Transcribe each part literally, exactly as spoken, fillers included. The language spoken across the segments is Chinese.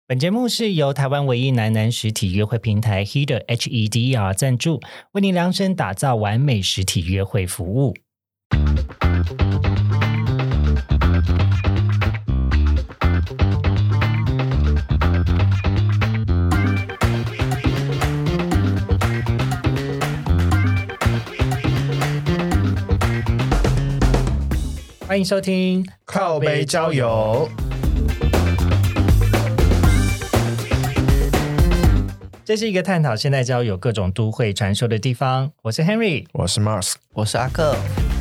本节目是由台湾唯一男男实体约会平台 Heder H E D E R 赞助，为您量身打造完美实体约会服务。欢迎收听靠北交友， 这是一个探讨现代交友各种都会传说的地方。我是 Henry， 我是 Mars， 我是阿克。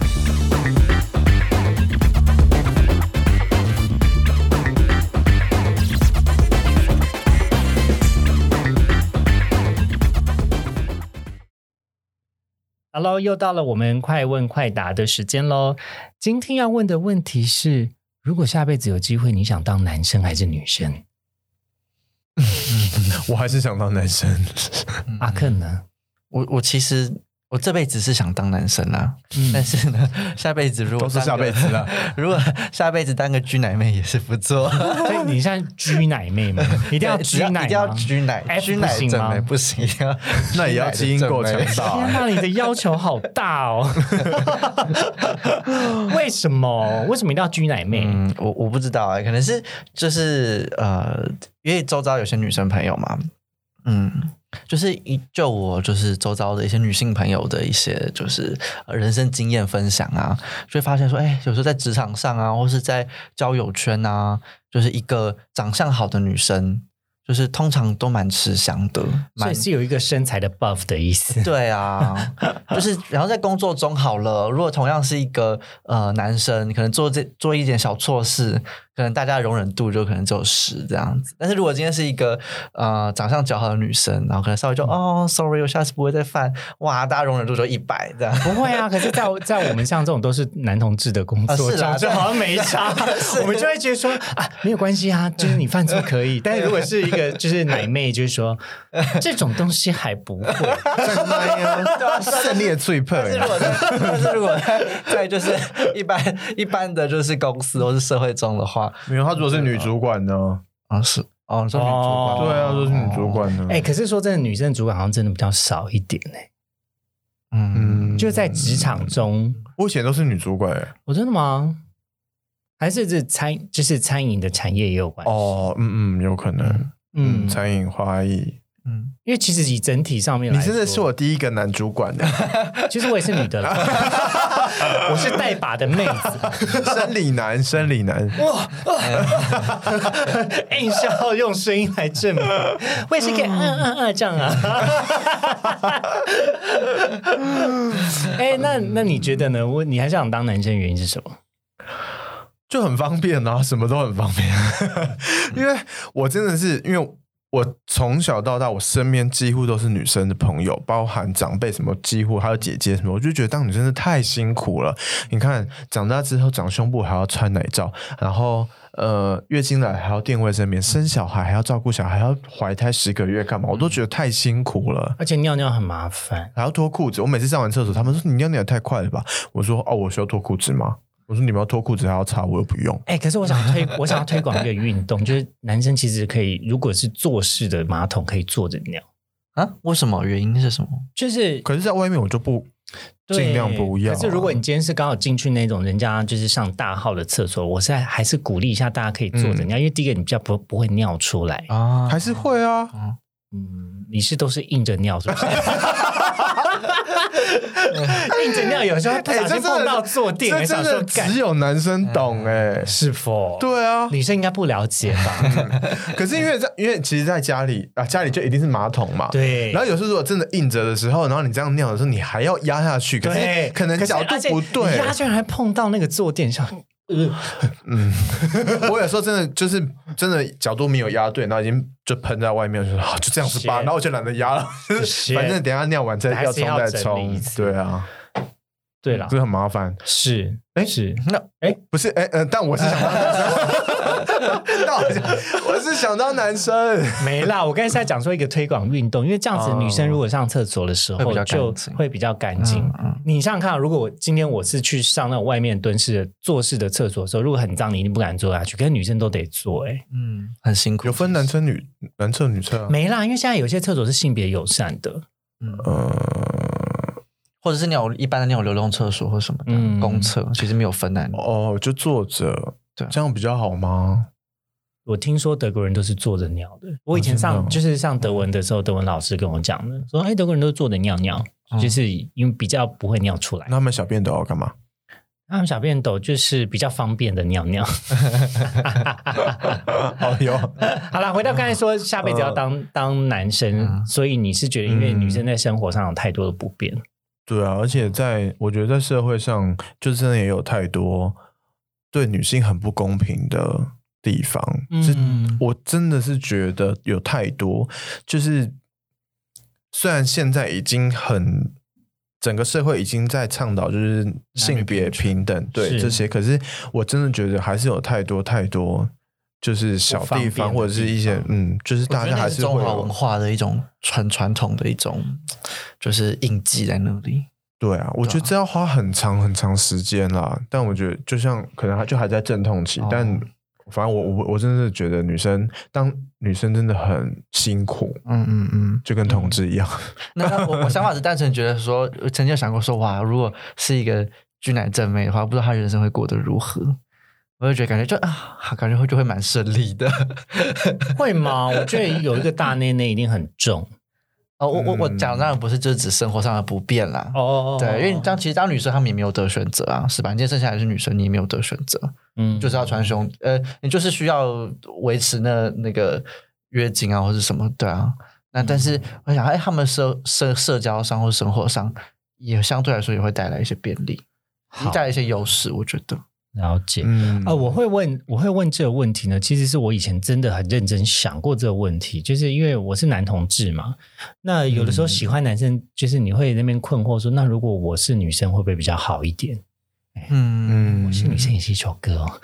Hello， 又到了我们快问快答的时间咯。今天要问的问题是，如果下辈子有机会，你想当男生还是女生？ 我还是想当男生。 阿克呢？ 我我其实我这辈子是想当男生啦，嗯、但是呢，下辈子如果都是下辈子啦， 如果下辈子当个居奶妹也是不错。 所以你现在居奶妹吗？一定要居奶吗？ 一定要居奶，居奶正妹不行啊， 那也要基因够强大。 天哪，你的要求好大哦！为什么？为什么一定要居奶妹？ 嗯，我我不知道哎、欸，可能是就是呃，因为周遭有些女生朋友嘛，嗯。就是就我就是周遭的一些女性朋友的一些就是人生经验分享啊，就会发现说，哎，有时候在职场上啊，或是在交友圈啊，就是一个长相好的女生，就是通常都蛮吃香的， 所以是有一个身材的 buff 的意思。 对啊，就是然后在工作中好了，如果同样是一个呃男生，可能做这做一点小错事，可能大家的容忍度就可能只有十这样子。但是如果今天是一个呃长相姣好的女生，然后可能稍微就、嗯、哦 sorry 我下次不会再犯，哇大家容忍度就一百这样。 不会啊，可是在在我们像这种都是男同志的工作中、啊、就好像没差我们就会觉得说啊没有关系啊，就是你犯错可以但是如果是一个就是奶妹就是说这种东西还不会胜利的最配。 但是如果在但是如果在在就是一般一般的就是公司或是社会中的话， 没有，他如果是女主管呢？ 啊是哦，你说女主管、 哦、对啊，说是女主管呢。 哎、欸，可是说真的，女生的主管好像真的比较少一点哎、欸。 嗯， 就在职场中， 我以前都是女主管哎、欸。 我、哦、真的吗？还是这餐就是餐饮的产业也有关系？ 哦，嗯嗯，有可能。嗯，餐饮花艺。 嗯，因为其实以整体上面来说， 你真的是我第一个男主管的。 其实我也是女的啦，我是带把的妹子， 生理男，生理男。哇， 硬是要用声音来证明，我也是可以嗯嗯嗯这样啊。哎、欸，那那你觉得呢？我你还想当男生，原因是什么？ 就很方便啊，什么都很方便。因为我真的是因为。我从小到大，我身边几乎都是女生的朋友，包含长辈什么，几乎还有姐姐什么，我就觉得当女生是太辛苦了。你看，长大之后长胸部还要穿奶罩，然后呃月经来还要垫卫生棉，生小孩还要照顾小孩，还要怀胎十个月干嘛？我都觉得太辛苦了。 而且尿尿很麻烦， 还要脱裤子。我每次上完厕所，他们说你尿尿也太快了吧？我说哦，我需要脱裤子吗？我说你们要脱裤子还要擦，我又不用。 哎、欸，可是我想推，我想要推广一个运动，就是男生其实可以，如果是坐式的马桶，可以坐着尿啊？为什么？原因是什么？ 就是， 可是在外面我就不尽量不要、啊。 可是如果你今天是刚好进去那种人家就是上大号的厕所，我是还是鼓励一下大家可以坐着尿，嗯、因为第一个你比较不不会尿出来啊， 还是会啊。 嗯，你是都是硬着尿是不是？硬着尿有时候不小心碰到坐垫、欸， 这真的只有男生懂哎、欸， 是否？ 对啊， 女生应该不了解吧？ 嗯、可是因为在因为其实在家里啊，家里就一定是马桶嘛， 对。 然后有时候如果真的硬着的时候，然后你这样尿的时候，你还要压下去，可是可能角度不对， 你压居然还碰到那个坐垫上。 嗯嗯，我有时候真的就是真的角度没有压对，然后已经就喷在外面，就说、啊、就这样子吧，然后我就懒得压了，反正等一下尿完再要冲再冲，对啊， 对啦， 这很麻烦。 是， 哎是， 那哎不是哎呃，但我是想当男生， 我是想当男生， 没啦。我刚才在讲说一个推广运动，因为这样子女生如果上厕所的时候就会比较干净。嗯嗯、你想想看，如果我今天我是去上那种外面蹲式的坐式的厕所的时候，如果很脏，你一定不敢坐下去。可是女生都得坐、欸，哎， 嗯，很辛苦。 有分男生女男厕女厕、啊？ 没啦，因为现在有些厕所是性别友善的， 嗯。呃或者是你有一般的那种流动厕所或什么的、嗯、公厕，其实没有分男女哦，就坐着，对，这样比较好吗？ 我听说德国人都是坐着尿的。我以前上、哦、就是上德文的时候，德文老师跟我讲的，说哎，德国人都坐着尿尿，嗯、就是因为比较不会尿出来。 那他们小便斗要干嘛？ 他们小便斗就是比较方便的尿尿。 好哟。 好啦，回到刚才说下辈子要当、呃、当男生、嗯，所以你是觉得因为女生在生活上有太多的不便。嗯对啊，而且在我觉得在社会上，就真的也有太多对女性很不公平的地方。嗯，我真的是觉得有太多，就是虽然现在已经很整个社会已经在倡导就是性别平等，对这些，可是我真的觉得还是有太多太多。就是小地方或者是一些嗯，就是大家还是会有中华文化的一种很传统的一种就是印记在那里。 对啊，我觉得这要花很长很长时间啦。但我觉得就像可能他就还在阵痛期，哦、但反正我我我真的觉得女生当女生真的很辛苦，嗯嗯嗯，就跟同志一样。 嗯、那我我想法是单纯觉得说，我曾经有想过说，哇，如果是一个巨奶正妹的话，不知道她人生会过得如何。我就觉得感觉就啊，感觉会就会蛮顺利的， 会吗？我觉得有一个大内内一定很重。 哦，我我我讲当然不是就是指生活上的不便啦。哦，对，因为你当其实当女生，她们也没有得选择啊，是吧？你今天生下来是女生，你也没有得选择，嗯，就是要穿胸，呃，你就是需要维持那那个月经啊，或是什么，对啊。那但是我想，哎，他们社社社交上或生活上，也相对来说也会带来一些便利，带来一些优势，我觉得。 了解，嗯、呃，我会问，我会问这个问题呢，其实是我以前真的很认真想过这个问题，就是因为我是男同志嘛，那有的时候喜欢男生，就是你会那边困惑说，那如果我是女生会不会比较好一点？嗯，我是女生也是一首歌哦。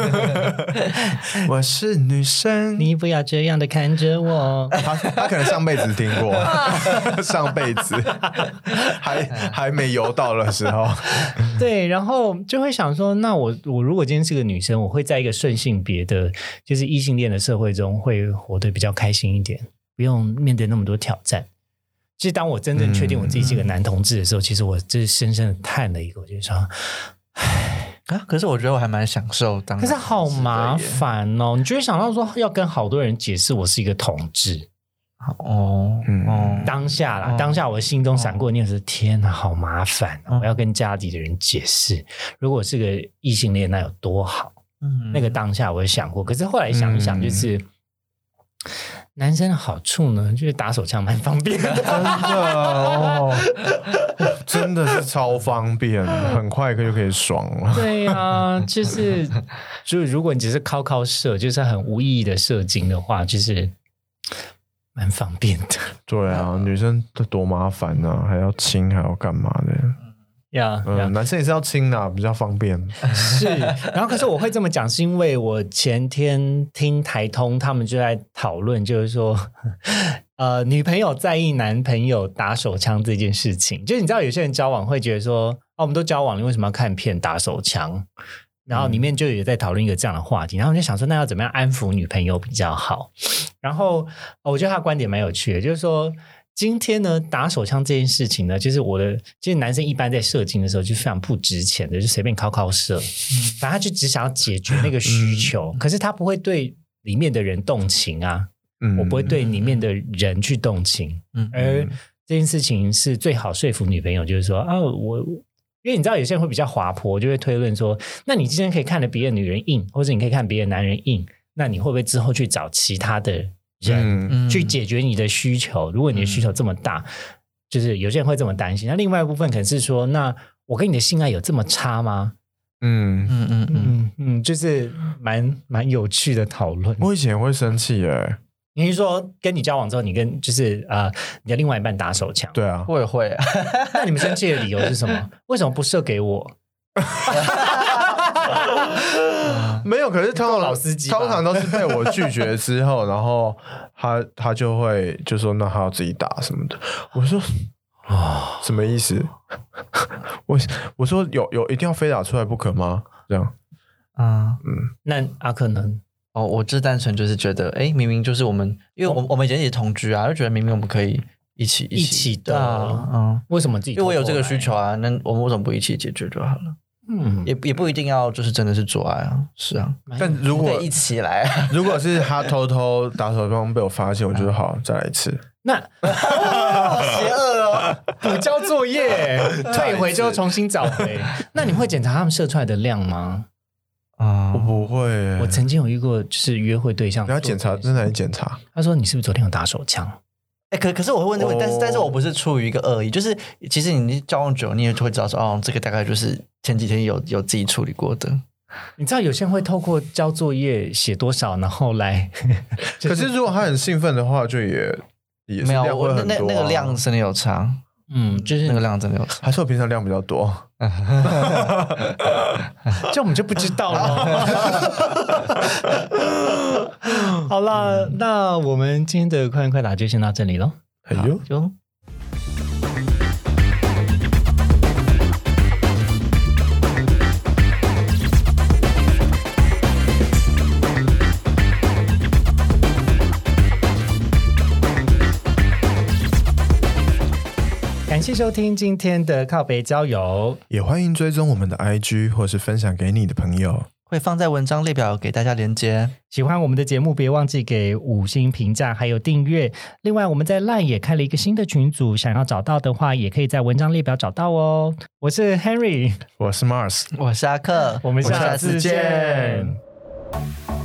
我是女生， 你不要这样的看着我。 他他可能上辈子听过，上辈子还还没游到的时候， 对，然后就会想说，那我我如果今天是个女生，我会在一个顺性别的，就是异性恋的社会中，会活得比较开心一点，不用面对那么多挑战。其实当我真正确定我自己是个男同志的时候，嗯、其实我就是深深的叹了一口，就是说。 啊！可是我觉得我还蛮享受当， 可是好麻烦哦。你就会想到说要跟好多人解释我是一个同志哦，嗯，当下啦，哦、当下我心中闪过的念头是：天哪，好麻烦、哦！我要跟家里的人解释，如果是个异性恋，那有多好？嗯，那个当下我也想过，可是后来想一想，就是。嗯男生的好处呢，就是打手枪蛮方便的，真的哦，真的是超方便，很快就可以爽了。 对啊，就是就如果你只是靠靠射，就是很无意义的射精的话，就是蛮方便的。 对啊，女生这多麻烦啊，还要亲，还要干嘛的？ 呀、yeah, 嗯 yeah. 男生也是要亲的、啊，比较方便。 是，然后可是我会这么讲，是因为我前天听台通他们就在讨论，就是说，呃，女朋友在意男朋友打手枪这件事情。就是你知道，有些人交往会觉得说，哦，我们都交往了，为什么要看片打手枪？然后里面就有在讨论一个这样的话题，然后我就想说，那要怎么样安抚女朋友比较好？然后我觉得他的观点蛮有趣的，就是说。今天呢，打手枪这件事情呢，就是我的，其实男生一般在射精的时候就非常不值钱的，就随便靠靠射，反正他就只想要解决那个需求，嗯、可是他不会对里面的人动情啊，嗯、我不会对里面的人去动情，嗯、而这件事情是最好说服女朋友，就是说啊，我因为你知道有些人会比较滑坡，就会推论说，那你今天可以看着别的女人硬，或者你可以看别的男人硬，那你会不会之后去找其他的？人去解决你的需求、嗯、如果你的需求这么大、嗯、就是有些人会这么担心。那另外一部分可能是说，那我跟你的性爱有这么差吗？嗯嗯嗯嗯嗯，就是蛮蛮有趣的讨论。 我以前会生气耶。 你是说跟你交往之后，你跟就是呃你的另外一半打手枪？ 对啊， 我也会、啊。 那你们生气的理由是什么？为什么不射给我？ 没有，可是通常老司机吧通常都是被我拒绝之后，然后他他就会就说那他要自己打什么的。我说啊，什么意思？我我说有有一定要非打出来不可吗？这样， 嗯嗯， 那阿克呢？ 哦，我这单纯就是觉得，哎，明明就是我们，因为我们、哦、我们以前也同居啊，就觉得明明我们可以一起一起的， 啊、嗯， 为什么自己偷偷？ 因为我有这个需求啊，那我们为什么不一起解决就好了？嗯，也也不一定要就是真的是做爱啊，是啊。 但如果一起来、啊， 如果是他偷偷打手枪被我发现，我觉得好，再来一次。 那、 哦、邪恶哦， 补交作业，退回之后重新找回。那你会检查他们射出来的量吗？ 啊、 嗯，我不会、欸。 我曾经有遇过，就是约会对象， 你要检查，在哪里检查？ 他说：“你是不是昨天有打手枪？” 哎、欸，可可是我会问这个问题，但是但是我不是出于一个恶意，就是其实你交往久，你也会知道说，哦，这个大概就是前几天有有自己处理过的。 你知道有些人会透过交作业写多少，然后来、 就是。可是如果他很兴奋的话，就也也是量会很多、啊、 没有，那那个量真的有差。 嗯，就是那个量真的有差， 还是我平常量比较多， 这我们就不知道了。好啦，那我们今天的快问快答就先到这里咯。 哎呦， 就。 感谢收听今天的靠北交友， 也欢迎追踪我们的 I G 或是分享给你的朋友， 会放在文章列表给大家连接。 喜欢我们的节目别忘记给五星评价还有订阅。另外我们在 LINE 也开了一个新的群组，想要找到的话也可以在文章列表找到哦。我是 Henry， 我是 Mars， 我是阿克， 我们下次见。